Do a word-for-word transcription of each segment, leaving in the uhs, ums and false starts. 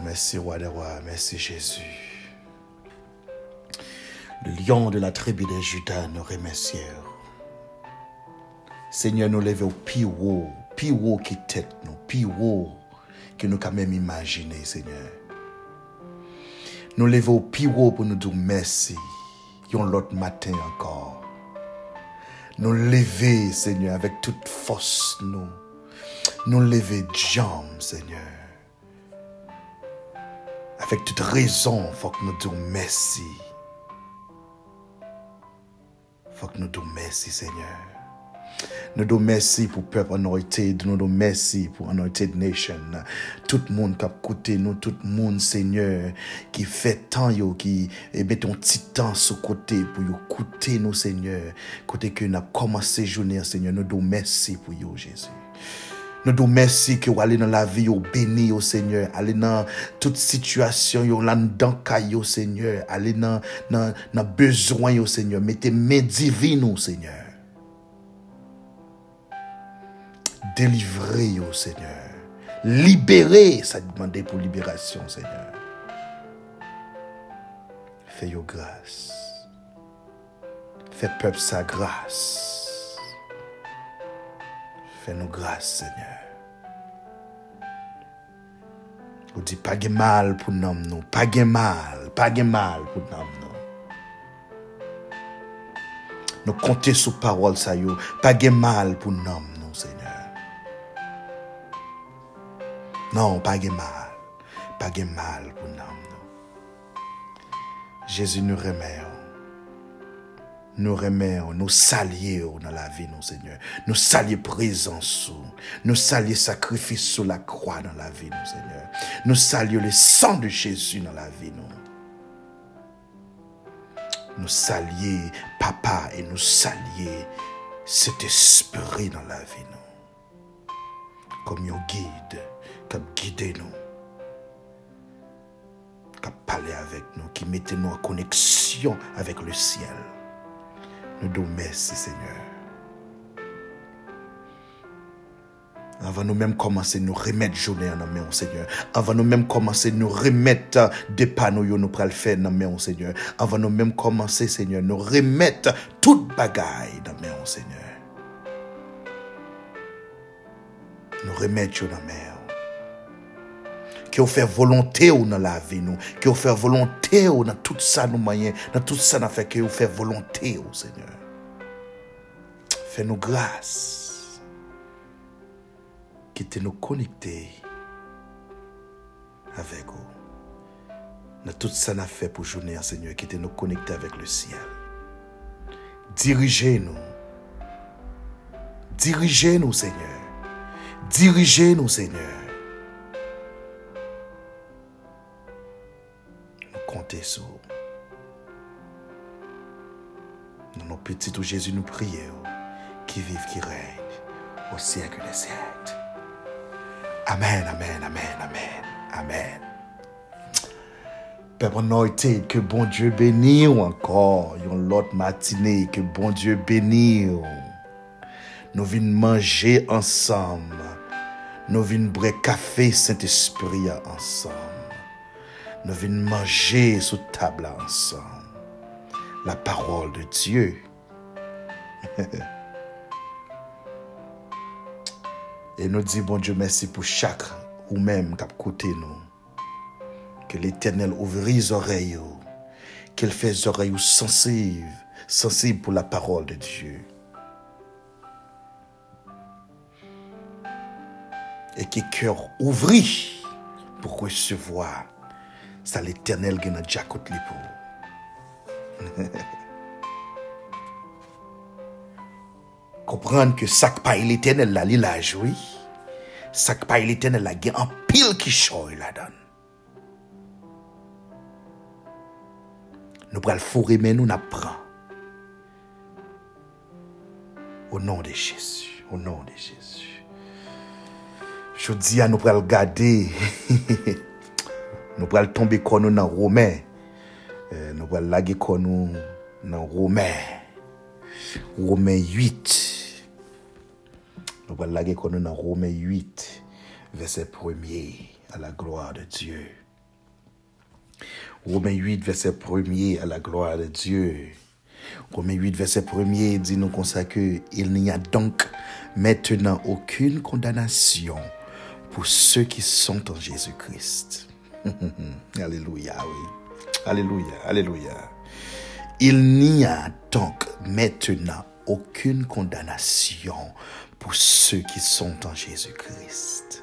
merci roi des rois, merci Jésus. Le lion de la tribu de Judas nous remercie. Seigneur, nous levons au plus haut, plus haut qui tête nous, plus haut que nous quand même imaginer, Seigneur. Nous levons au plus haut pour nous dire merci. Yon l'autre matin encore. Nous lever, Seigneur, avec toute force, nous. Nous lever jambes, Seigneur. Avec toute raison, il faut que nous disions merci. Il faut que nous disions merci, Seigneur. Nous disons merci pour le peuple anointed. Nous disons merci pour Anointed Nation. Tout le monde qui a écouté nous, tout le monde, Seigneur, qui fait tant, yo, qui met ton petit temps sur côté pour écouter nous, Seigneur. Côté que nous avons commencé la journée, Seigneur. Nous disons merci pour vous, Jésus. Nous disons merci que vous allez dans la vie, vous béni, au Seigneur. Allez dans toute situation, vous allez dans le cas, Seigneur. Allez dans le besoin, Seigneur. Mettez main divine, Seigneur. Délivrez, oh Seigneur. Libérez, ça demande pour libération, Seigneur. Fais-yo grâce. Fais peuple sa grâce. Fais-nous grâce, Seigneur. Vous dites pas de mal pour nous, nous. Pas de mal, pas de mal pour nous, nous. Nous comptons sur parole, ça yo. Pas de mal pour nous, nous, Seigneur. Non, pas de mal. Pas de mal pour nous. Jésus nous remet. Nous remet, nous saluons dans la vie, nous, Seigneur. Nous saluons présence, nous saluons sacrifice sur la croix dans la vie, nous, Seigneur. Nous saluons le sang de Jésus dans la vie, nous. Nous saluons Papa et nous saluons cet esprit dans la vie, nous. Comme un guide. Qui guide nous, qui parle avec nous, qui mette nous en connexion avec le ciel. Nous disons merci, Seigneur. Avant nous même commencer à nous remettre journée en main, Seigneur. Avant nous même commencer à nous remettre des panneaux, nous pourrons le faire dans main, Seigneur. Avant nous même commencer, Seigneur, nous remettre toute bagaille dans main, Seigneur. Nous remettre dans main. Qui ont fait volonté ou dans la vie nous, qui ont fait volonté ou dans tout ça nous moyens, dans tout ça nous fait qui ont fait volonté au Seigneur. Fais-nous grâce, qui te nous connecter avec vous. Dans tout ça nous fait pour journée, Seigneur, qui te nous connecter avec le ciel. Dirigez-nous, dirigez-nous, Seigneur, dirigez-nous, Seigneur. Comptez sur nous. Nos petits où Jésus nous prions, qui vivent, qui règnent au siècle des siècles. Amen, amen, amen, amen, amen. Père anointé, que bon Dieu bénisse encore une autre matinée, que bon Dieu bénisse. Nous venons manger ensemble. Nous venons boire café Saint-Esprit ensemble. Nous venons manger sous table ensemble. La parole de Dieu. Et nous disons, bon Dieu, merci pour chaque ou même qui a côté nous. Que l'Éternel ouvre les oreilles. Qu'il fait les oreilles sensibles, sensibles pour la parole de Dieu. Et que le cœur ouvrit pour recevoir. Ça l'Éternel qui a déjà côté pour. Comprendre que ça qui pas l'Éternel là, il a joué. Ça qui pas l'Éternel là, il y a un pile qui choye là-dedans. Nous prenons le fourrer, mais nous n'apprend. Au nom de Jésus. Au nom de Jésus. Je dis à nous prenons le garder. Nous prenons tomber comme nous dans Romain. Euh, nous prenons laguer comme nous dans Romain. Romain huit. Nous prenons laguer comme nous dans Romain huit. Verset premier. À la gloire de Dieu. Romains huit, verset premier, à la gloire de Dieu. Romains huit, verset premier, dit nous comme ça que il n'y a donc maintenant aucune condamnation pour ceux qui sont en Jésus-Christ. Alléluia, oui. Alléluia, alléluia. Il n'y a donc maintenant aucune condamnation pour ceux qui sont en Jésus-Christ.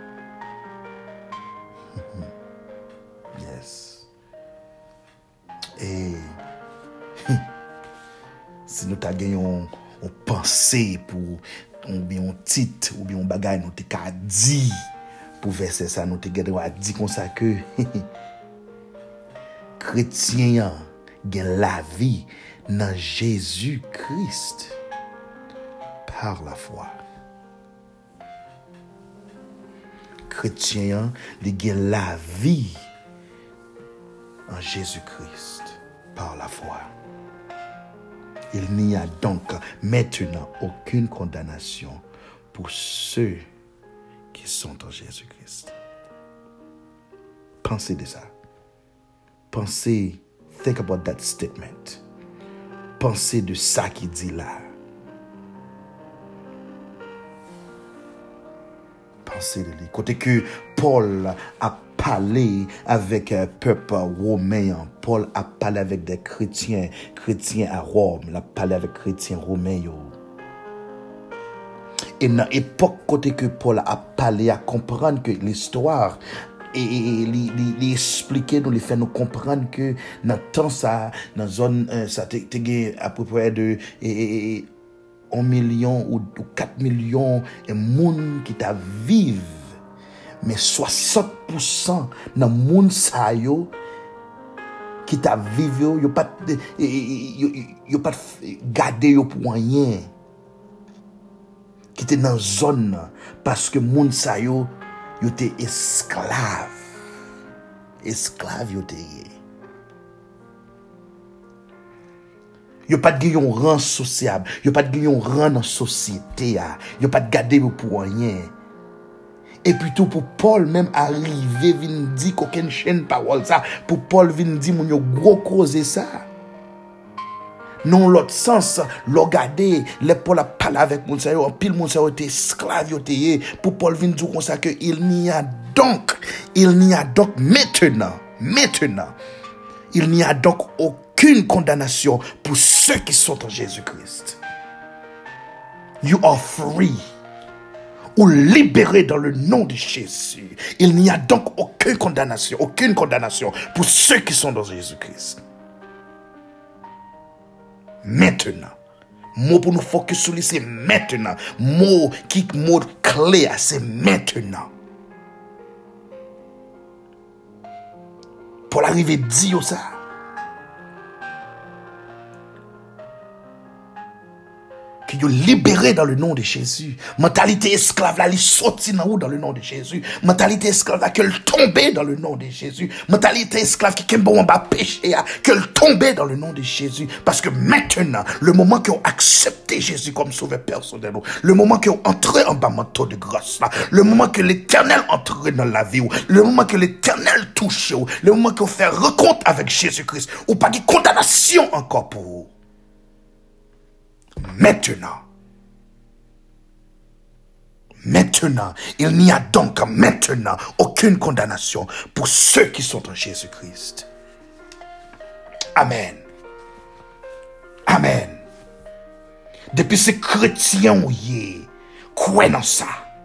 Yes. Et si nous avons une pensée pour ou bien un titre ou bien un bagage nous t'ai dit pour verser ça nous t'ai dit comme ça que chrétien gagne la vie dans Jésus-Christ par la foi. Chrétien il gagne la vie en Jésus-Christ par la foi. Il n'y a donc maintenant aucune condamnation pour ceux qui sont en Jésus-Christ. Pensez de ça. Pensez, think about that statement. Pensez de ça qui dit là. Pensez de lui. Côté que Paul a parlé avec un peuple romain. Paul a parlé avec des chrétiens, chrétiens à Rome. Il a parlé avec chrétiens romains. Et dans l'époque, côté que Paul a parlé, à comprendre que l'histoire et il expliquer nous, il fait nous comprendre que dans le temps ça, dans la zone, euh, ça t'es à peu près de et, et, un million ou, ou quatre millions de monde qui t'a vivent. Mais soixante pour cent dans le monde ça yo qui t'a vivre yo pas yo, yo pas garder yo pour rien qui était dans zone parce que monde ça yo yo était esclave esclave yo était yo pas de yon rang sociable yo pas de yon rang dans société yo pas de garder pour rien. Et plutôt pour Paul même arriver vinn dire qu'aucune chaîne parole ça pour Paul vinn dire mon yo gros causer ça non l'autre sens le regarder les Paul a parlé avec mon ça en pile mon ça était esclave yo té pour Paul vinn dire comme ça que il n'y a donc il n'y a donc maintenant maintenant il n'y a donc aucune condamnation pour ceux qui sont en Jésus-Christ. You are free. Ou libérés dans le nom de Jésus. Il n'y a donc aucune condamnation, aucune condamnation pour ceux qui sont dans Jésus-Christ. Maintenant, mot pour nous focus sur lui, c'est maintenant. Mot qui mot clé, c'est maintenant. Pour l'arrivée de Dieu, ça. Que vous libéré dans le nom de Jésus. Mentalité esclave là, elle sorti dans dans le nom de Jésus. Mentalité esclave là, qu'elle tombée dans le nom de Jésus. Mentalité esclave qui est bon bas péché, qu'elle tombée dans le nom de Jésus. Parce que maintenant, le moment que vous acceptez Jésus comme sauveur personnel, le moment que vous entrez en bas manteau de grâce là, le moment que l'Éternel entre dans la vie, le moment que l'Éternel touche, le moment que vous faites rencontre avec Jésus-Christ, ou pas de condamnation encore pour vous. Maintenant, maintenant, il n'y a donc maintenant aucune condamnation pour ceux qui sont en Jésus-Christ. Amen. Amen. Depuis ces chrétiens, oui, croient dans ça.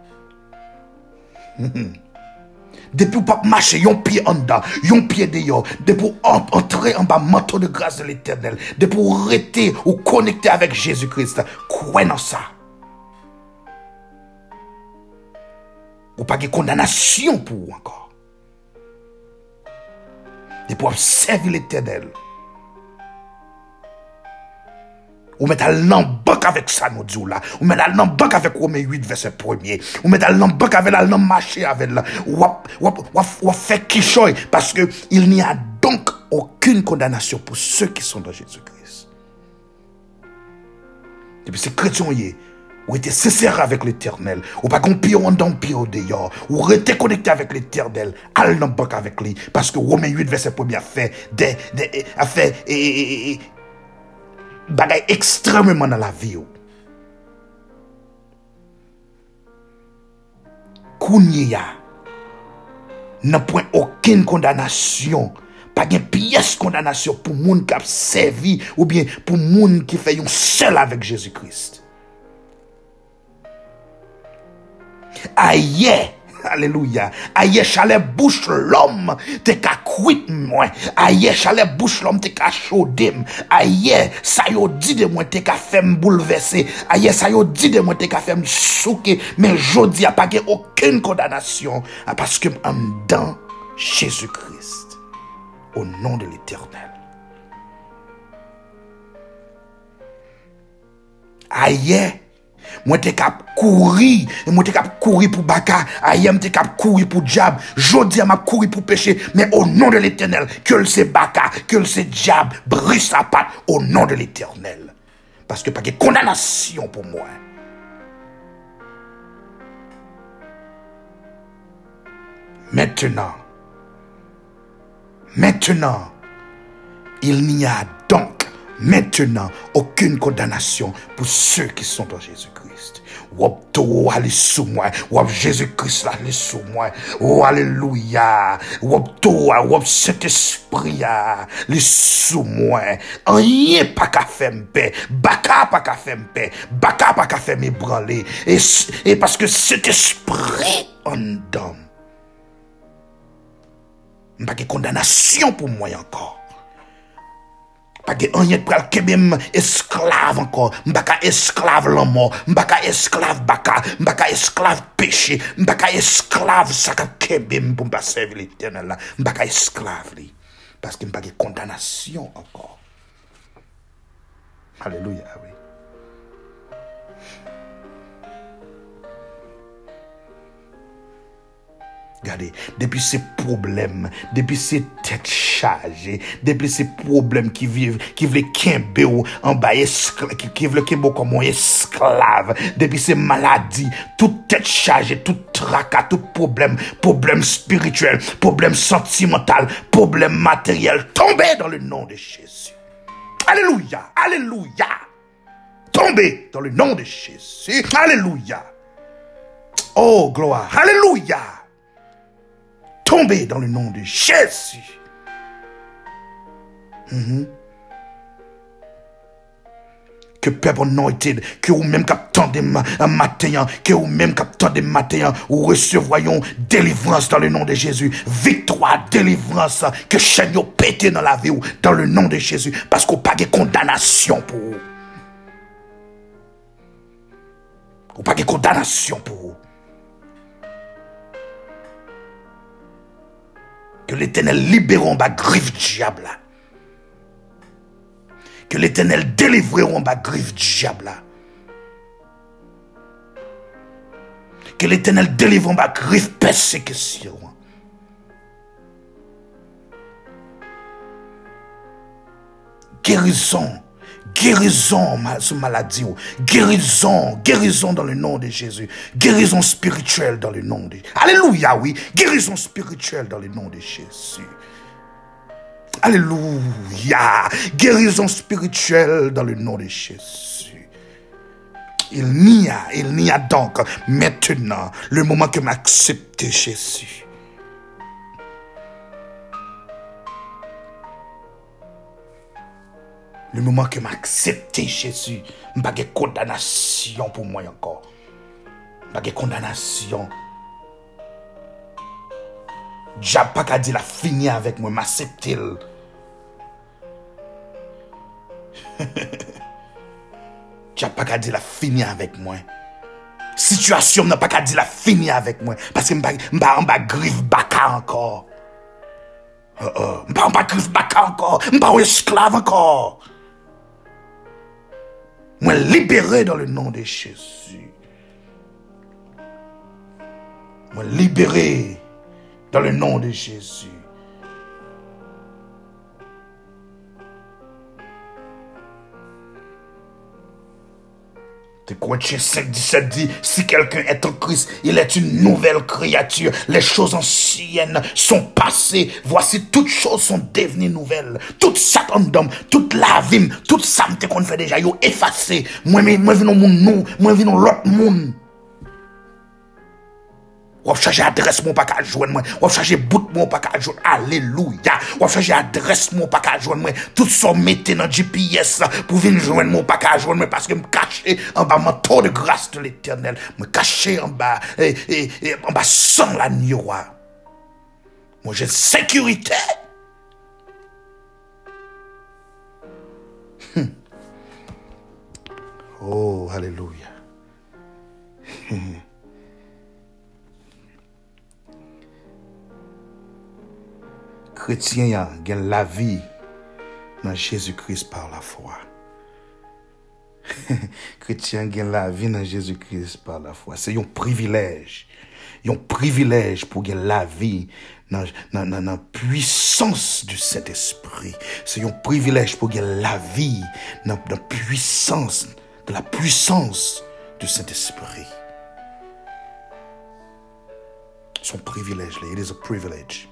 Depuis pas marcher, yon pied en dedans, yon pied dehors, depuis entrer en bas manteau de grâce de l'Éternel, depuis rester ou connecter avec Jésus-Christ, croyez dans ça. Ou pas de condamnation pour vous encore. Depuis observer l'Éternel. Ou mettre dans banque avec ça, nous disons là. Ou mettre dans banque avec Romains huit, verset premier. Ou mettre dans banque avec la dans marché avec là. Ou ou faire quichoy. Parce que il n'y a donc aucune condamnation pour ceux qui sont dans Jésus-Christ. Depuis ces chrétiens, Ou était sincère avec l'Éternel. Ou pas qu'on pire en dans pire dehors. Ou rester connecté avec l'Éternel. Al dans banque avec lui. Parce que Romains huit, verset premier a fait des, des, a fait, et, et, et, bagaille extrêmement dans la vie. Kounia. N'a point aucune condamnation. Pas de pièce condamnation pour moun qui a servi. Ou bien pour moun qui fait un seul avec Jésus-Christ. Aïe, alléluia. Aïe, chalet bouche l'homme, te ka kuit moi. Aïe, chalet bouche l'homme, te ka chaudem. Aïe, ça yo dit de moi, te ka fait me bouleverser. Aïe, ça yo dit de moi, te ka fait me souquer. Mais jodi a pas aucune condamnation. Parce que en dedans Jésus-Christ. Au nom de l'Éternel. Aïe. Moi te cap courir, moi te cap courir pour baka, ayam te cap courir pour diable, jodi m'a courir pour péché, mais au nom de l'Éternel, que le c'est baka, que le c'est diable, brise sa patte au nom de l'Éternel. Parce que pas de condamnation pour moi. Maintenant, maintenant, il n'y a donc maintenant aucune condamnation pour ceux qui sont en Jésus-Christ. Wop to allez sous moi, wop Jésus-Christ allez sous moi. Oh alléluia. Wop to wop Saint-Esprit allez sous moi. Rien pas qu'à faire paix, baka pas qu'à faire paix, baka pas qu'à faire m'ébranler. Et et parce que cet esprit en dedans. Pas de condamnation pour moi encore. Pas de rien pral kebem esclave encore. M'baka esclave la mort, m'baka esclave baka, m'baka esclave péché, m'baka esclave ça kebem pour pas servir l'Éternel là. M'baka esclave li. Parce qu'il m'pa de condamnation encore. Alléluia, oui. Regardez, depuis ces problèmes, depuis ces têtes chargées, depuis ces problèmes qui vivent, qui veulent kembe ou en bas esclave, qui, qui veulent kembe comme un esclave, depuis ces maladies, toute tête chargée, tout tracas, tout problème, problème spirituel, problème sentimental, problème matériel, tombez dans le nom de Jésus. Alléluia, alléluia. Tombez dans le nom de Jésus. Alléluia. Oh, gloire. Alléluia. Tombez dans le nom de Jésus. Mm-hmm. Que peuple anointed, que vous même captendez matin, que vous même captendez matin, ou recevoyons délivrance dans le nom de Jésus. Victoire, délivrance, que chaîne yo pété dans la vie ou dans le nom de Jésus. Parce qu'on pas de condamnation pour vous. Ou pas de condamnation pour vous. Que l'Éternel libère en bas griffe diable. Que l'Éternel délivre en bas griffe diable. Que l'Éternel délivre en bas griffe persécution. Guérison. Guérison sur maladie. Guérison. Guérison dans le nom de Jésus. Guérison spirituelle dans le nom de Jésus. Alléluia, oui. Guérison spirituelle dans le nom de Jésus. Alléluia. Guérison spirituelle dans le nom de Jésus. Il n'y a, il n'y a donc maintenant le moment que m'accepte Jésus. Le moment que m'accepte Jésus, pas de condamnation pour moi encore. Pas de condamnation. J'ai pas qu'à dire la fini avec moi, m'accepter. J'ai pas qu'à dire la fini avec moi. Situation n'a pas qu'à dire la fini avec moi. Parce que m'pa m'pa griffe baka encore. Uh -uh. M'pa m'pa griffe baka encore. M'pa esclave encore. Moi libéré dans le nom de Jésus. Moi libéré dans le nom de Jésus. Corinthiens cinq, dix-sept dit, si quelqu'un est en Christ, il est une nouvelle créature. Les choses anciennes sont passées. Voici, toutes choses sont devenues nouvelles. Tout Satan d'homme, toute la vie, toute ça qu'on fait déjà, yo effacé. Moi, moi, je mon nous, moi, je l'autre monde. Ou changer adresse mon pas qu'à joindre moi, ou changer bout mon pas qu'à joindre. Alléluia. Ou changer adresse mon pas qu'à joindre moi. Tout ça mettez dans G P S pour venir joindre mon pas qu'à joindre moi parce que me cacher en bas manteau de grâce de l'Éternel, me cacher en bas et, et, et en bas sans l'agneau. Moi j'ai sécurité. Hum. Oh, alléluia. Chrétien gagne la vie dans Jésus-Christ par la foi. Chrétien gagne la vie dans Jésus-Christ par la foi. C'est un privilège. Un privilège pour gagner la vie dans la puissance du Saint-Esprit. C'est un privilège pour gagner la vie dans la puissance, de la puissance du Saint-Esprit. Son privilège, it is a privilege.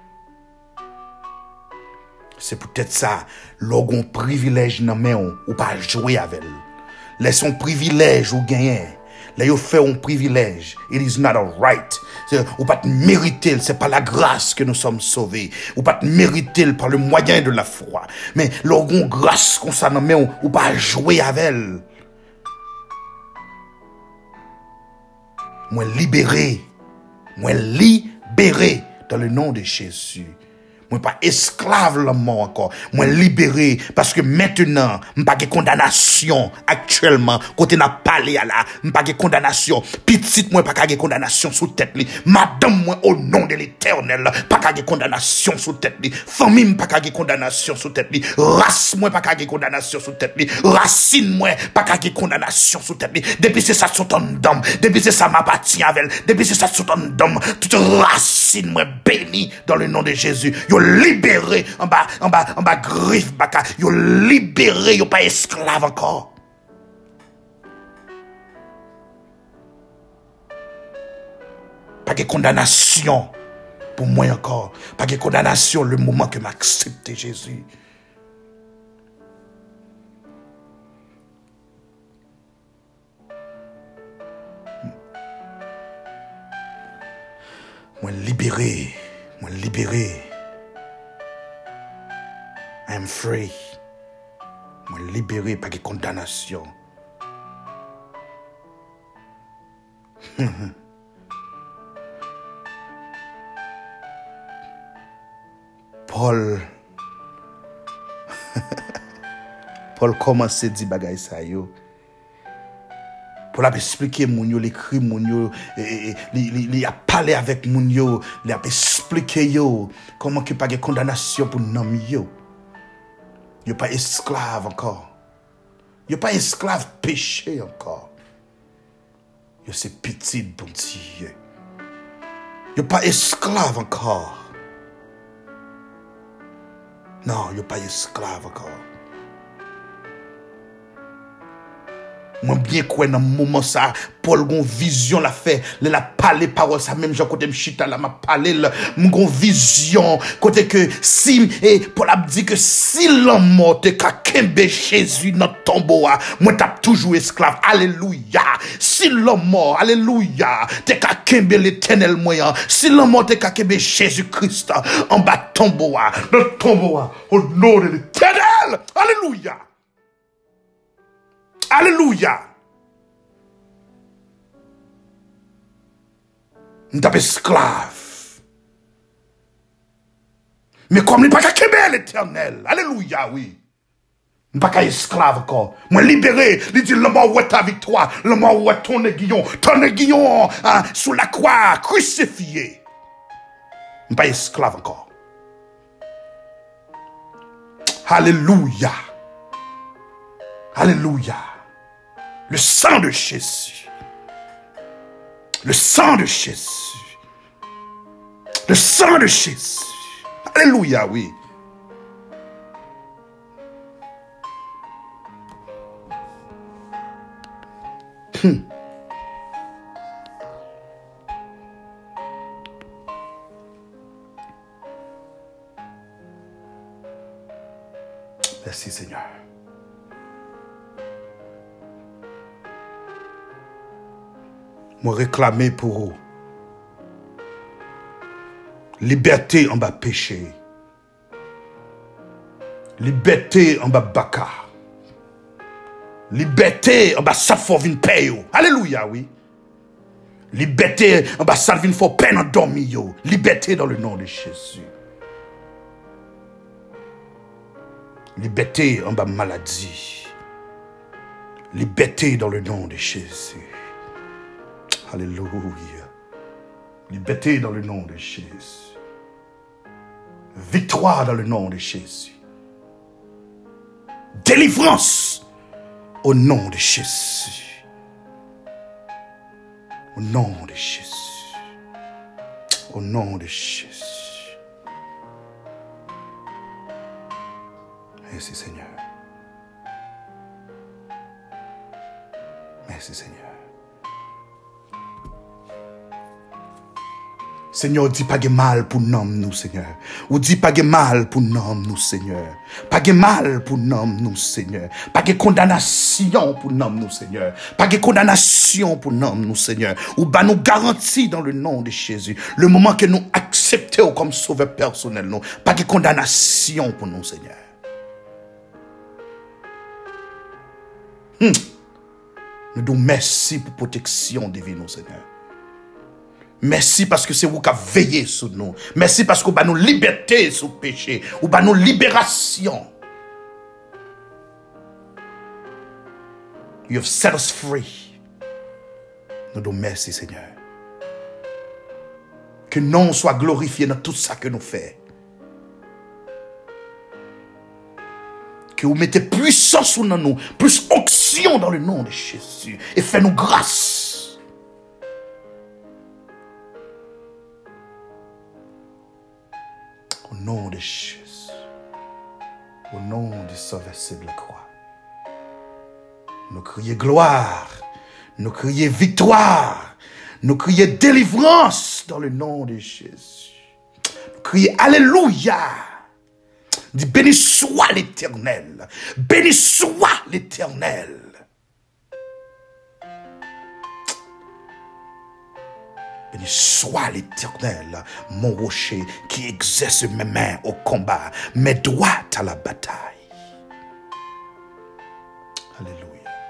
C'est peut-être ça, l'orgon privilège dans main ou pas jouer avec elle. Laisse son privilège ou gagner. Là, il fait un privilège. It is not a right. Ou pas mériter, c'est pas la grâce que nous sommes sauvés. Ou pas mériter par le moyen de la foi. Mais l'orgon grâce qu'on s'en main ou pas jouer avec elle. Moi libéré. Moi libéré dans le nom de Jésus. Moi pas esclave la mort encore. Moi libéré parce que maintenant, m'pas pas de condamnation actuellement. Côté n'a parlé à la, m'pas pas de condamnation. Petite moi pas de condamnation sous tête li. Madame moi au nom de l'Éternel, pas de condamnation sous tête li. Famille pas de condamnation sous tête li. Race moi pas de condamnation sous tête li. Racine moi pas de condamnation sous tête li. Depuis c'est ça sous ton dame, depuis c'est ça m'appartient avec elle. Depuis c'est ça sous ton dame, toute racine moi béni dans le nom de Jésus. Yo libéré en bas, en bas, en bas, griffe, baka. Yo libéré, yo pas esclave encore. Pas de condamnation pour moi encore. Pas de condamnation le moment que m'accepte Jésus. Moi libéré, moi libéré. I am free. Moi libéré par des condamnations. Paul. Paul commence à dire bagay ça yo. Paul a expliqué mon yo, l'écrit mon yo, il a parlé avec mon yo, il a expliqué yo comment que pas de condamnation pour nom yo. Yo pas esclave encore. Yo pas esclave péché encore. Yo c'est petit bon Dieu. Yo pas esclave encore. Non, yo pas esclave encore. Moi bien quoi dans moment ça Paul gon vision la fait il a parlé parole ça même Jean côté m'chita là m'a parlé mon gon vision côté que si et Paul a dit que si l'homme mort te ka kembe Jésus dans tombeau moi t'a toujours esclave alléluia si l'homme mort alléluia te ka kembe l'Éternel moyen si l'homme mort te ka kembe Jésus-Christ en bas tombeau dans tombeau au nom de l'Éternel alléluia. Alléluia. Nous sommes esclaves. Mais comme nous ne sommes pas l'Éternel. Alléluia, oui. Nous ne sommes pas esclaves encore. Moi libéré. Il dit, le mort où est ta victoire. Le mort où est ton aiguillon. Ton aiguillon hein, sous la croix crucifié. Nous ne sommes pas esclaves encore. Alléluia. Alléluia. Le sang de Jésus. Le sang de Jésus. Le sang de Jésus. Alléluia, oui. Hmm. Merci Seigneur. Moi réclamer pour vous liberté en bas péché, liberté en bas baka, liberté en bas ça faut vin paye. Alléluia, oui. Liberté en bas ça vin faut peine en dormir. Liberté dans le nom de Jésus. Liberté en bas maladie. Liberté dans le nom de Jésus. Alléluia. Liberté dans le nom de Jésus. Victoire dans le nom de Jésus. Délivrance au nom de Jésus. Au nom de Jésus. Au nom de Jésus. Merci Seigneur. Merci Seigneur. Seigneur, dis pas de mal pour nous, nous, Seigneur. Ou dis pas de mal pour nous, nous, Seigneur. Pas de mal pour nous, nous, Seigneur. Pas de condamnation pour nous, nous, Seigneur. Pas de condamnation pour nous, nous, Seigneur. Ou bah nous garantit dans le nom de Jésus. Le moment que nous acceptons comme sauveur personnel, nous. Pas de condamnation pour nous, Seigneur. Hmm. Nous disons merci pour la protection divine, Seigneur. Merci parce que c'est vous qui avez veillé sur nous. Merci parce que vous avez nous liberté sur le péché. Vous avez nous libération. You have set us free. Nous disons merci, Seigneur. Que nom soit glorifié dans tout ça que nous faisons. Que vous mettez puissance sur nous, plus onction dans le nom de Jésus. Et faites-nous grâce. Au nom de Jésus. Au nom du Sauveur de la croix. Nous crions gloire. Nous crions victoire. Nous crions délivrance dans le nom de Jésus. Nous crions alléluia. Dis béni soit l'Éternel. Béni soit l'Éternel. Béni soit l'Éternel, mon rocher, qui exerce mes mains au combat, mes doigts à la bataille. Alléluia.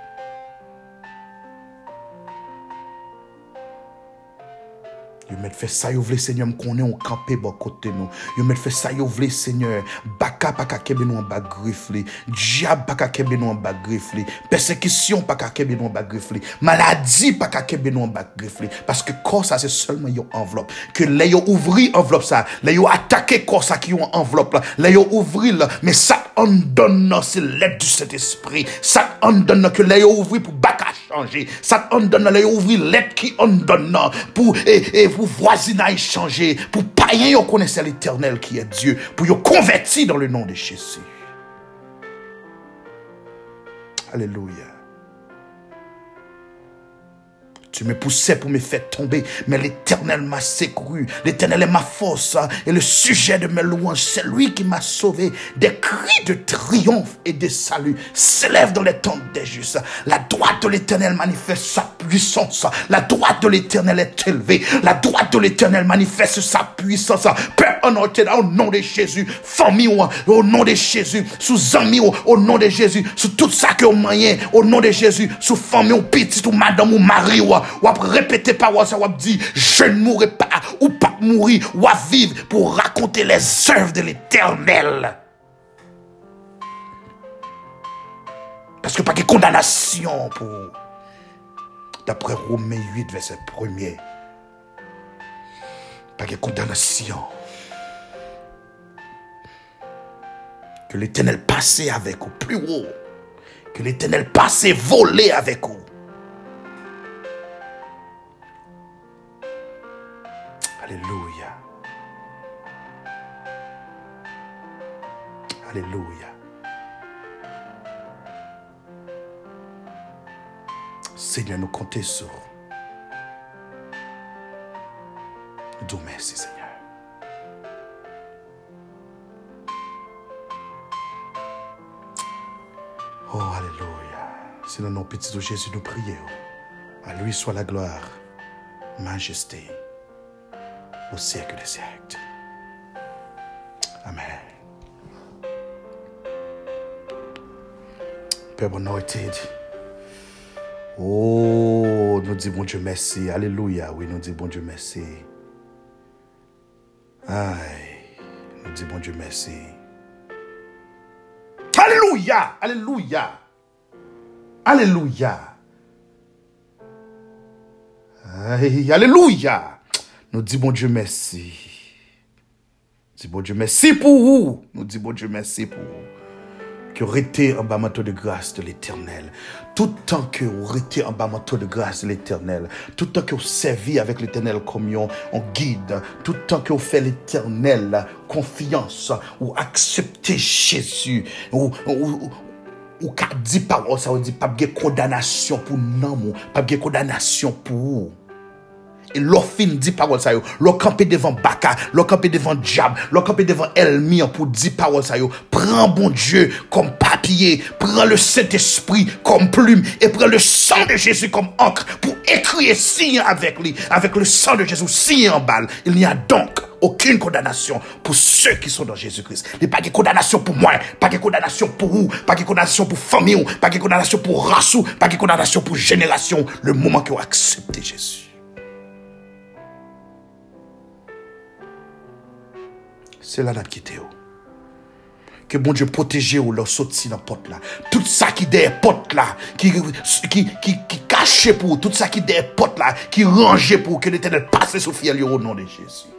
Yo met fait ça, yo vle Seigneur, m'konne on campé bon côté nous. Yo met fait ça, yo vle Seigneur, baka pa ka kebe nou en bas grifle, diable pa ka kebe nou en bas grifle, persécution pa ka kebe nou en bas grifle, maladie pa ka kebe nou en bas grifle, parce que corps ça c'est seulement yon enveloppe. Que les yo ouvri enveloppe ça, les yo attaqué corps ça qui yon enveloppe là, les yo ouvri là, mais ça on donne c'est l'aide du Saint-Esprit. Ça on donne que les yo ouvri pour baka changer. Ça on donne les yo ouvri l'aide qui on donne pour et, et pour voisinage changer, pour païen yo connaissent l'Éternel qui est Dieu, pour yo convertir dans le nom de Jésus. Alléluia. Tu me poussais pour me faire tomber, mais l'Éternel m'a secouru. L'Éternel est ma force et le sujet de mes louanges. C'est lui qui m'a sauvé. Des cris de triomphe et de salut s'élèvent dans les tentes des justes. La droite de l'Éternel manifeste sa puissance. La droite de l'Éternel est élevée. La droite de l'Éternel manifeste sa puissance. Père, au nom de Jésus, famille, au nom de Jésus, sous amis, au nom de Jésus, sous tout ça que vous moyen, au nom de Jésus, sous famille, ou petit, ou madame, ou mari, ou ou répéter parole ça ou dit je ne mourrai pas ou pas mourir ou à vivre pour raconter les œuvres de l'Éternel. Parce que pas de condamnation pour d'après Romains huit verset premier. Pas de condamnation. Que l'Éternel passait avec vous plus haut. Que l'Éternel passait voler avec vous. Alléluia. Alléluia. Seigneur, nous comptons sur. Nous disons merci, Seigneur. Oh, alléluia. C'est dans nos petits de Jésus nous prions. À lui soit la gloire, majesté, au siècle des siècles. Amen. Père anointed. Oh, nous disons bon Dieu merci. Alléluia. Oui, nous disons bon Dieu merci. Aïe. Nous disons bon Dieu merci. Alléluia. Alléluia. Alléluia. Aïe. Alléluia. Nous disons bon Dieu merci. Nous disons bon Dieu merci pour vous. Nous disons bon Dieu merci pour vous. Que vous restez en bas manteau de grâce de l'Éternel. Tout le temps que vous restez en bas manteau de grâce de l'Éternel. Tout le temps que vous servez avec l'Éternel comme un guide. Tout le temps que vous faites l'Éternel confiance. Ou acceptez Jésus. Ou, ou, ou qu'a dit parole, ça veut dire pas de condamnation pour nous. Pas de condamnation pour vous. Et l'on fin dit parole ça yo, l'on campé devant Baka, l'on campé devant Diable, l'on campé devant Elmi pour dire parole ça yo. Prends bon Dieu comme papier, prends le Saint-Esprit comme plume et prends le sang de Jésus comme encre pour écrire signe avec lui, avec le sang de Jésus signe en balle. Il n'y a donc aucune condamnation pour ceux qui sont dans Jésus-Christ. Il n'y a pas de condamnation pour moi, pas de condamnation pour vous, pas de condamnation pour famille, pas de condamnation pour race, pas de condamnation pour génération. Le moment que vous acceptez Jésus. C'est là notre quitté. Que bon Dieu protège ou leur sorti dans porte là. Tout ça qui derrière porte là, qui qui qui qui caché pour tout ça qui derrière porte là, qui rangé pour que l'Éternel passe sur fiel au nom de Jésus.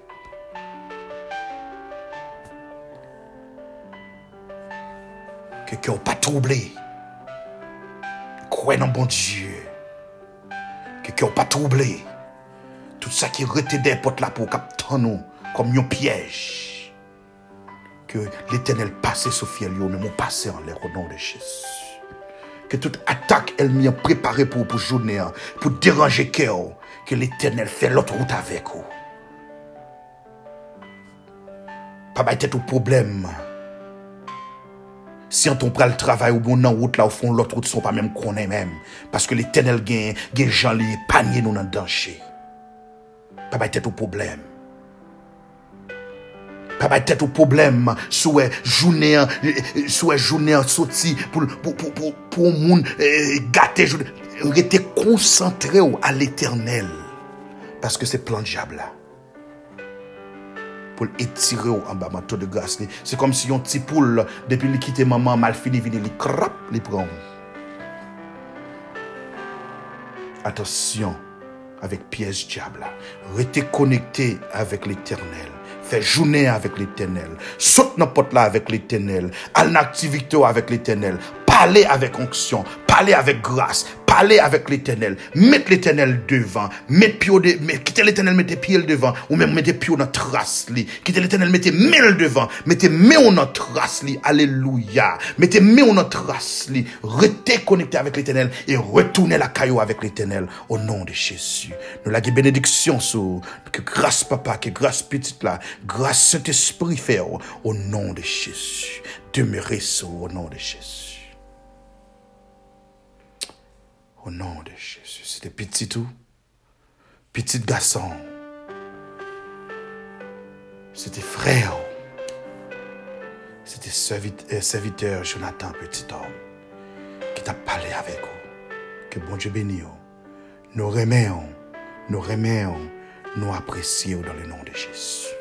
Que cœur pas troublé. Croyez dans bon Dieu. Que cœur pas troublé. Tout ça qui rete derrière porte là pour capter nous comme un piège. Que l'Éternel passe sur fiel, mais mon passé en l'air au nom de Jésus. Que toute attaque, elle m'y a préparé pour, pour journée, pour déranger cœur, que l'Éternel fait l'autre route avec vous. Pas être tout problème. Si on prend le travail ou bon en route là au fond l'autre route sont pas même qu'on est même parce que l'Éternel gagne gagne gens li panier nous dans danger. Pas être tout problème. Pas être au problème sur journée sur journée sorti pour pour pour pour pour monde gâter rester concentré à l'Éternel parce que c'est plan de diable là pour étirer en bas manteau de grâce. C'est comme si un petit poule depuis qu'il quitte maman mal fini vini li crap li prend. Attention avec piège diable là. Restez connecté avec l'Éternel. Fais journée avec l'Éternel. Saute dans porte là avec l'Éternel. Al en activité avec l'Éternel. Parlez avec onction. Parlez avec grâce. Parlez avec l'Éternel. Mettez l'Éternel devant. Mettez pied de, quittez l'Éternel, mettez pied devant. Ou même mettez pied dans trace li. Quittez l'Éternel, mettez main devant. Mettez main dans trace li. Alléluia. Mettez main dans trace li. Restez connecté avec l'Éternel et retournez la caillou avec l'Éternel au nom de Jésus. Nous la bénédiction sur que grâce papa, que grâce petite là, grâce Saint-Esprit faire au nom de Jésus. Demeurez sur au nom de Jésus. Au nom de Jésus. C'était petit tout. Petit garçon. C'était frère. C'était serviteur, serviteur Jonathan, petit homme, qui t'a parlé avec vous. Que bon Dieu bénisse. Nous remercions, nous remercions, nous apprécions dans le nom de Jésus.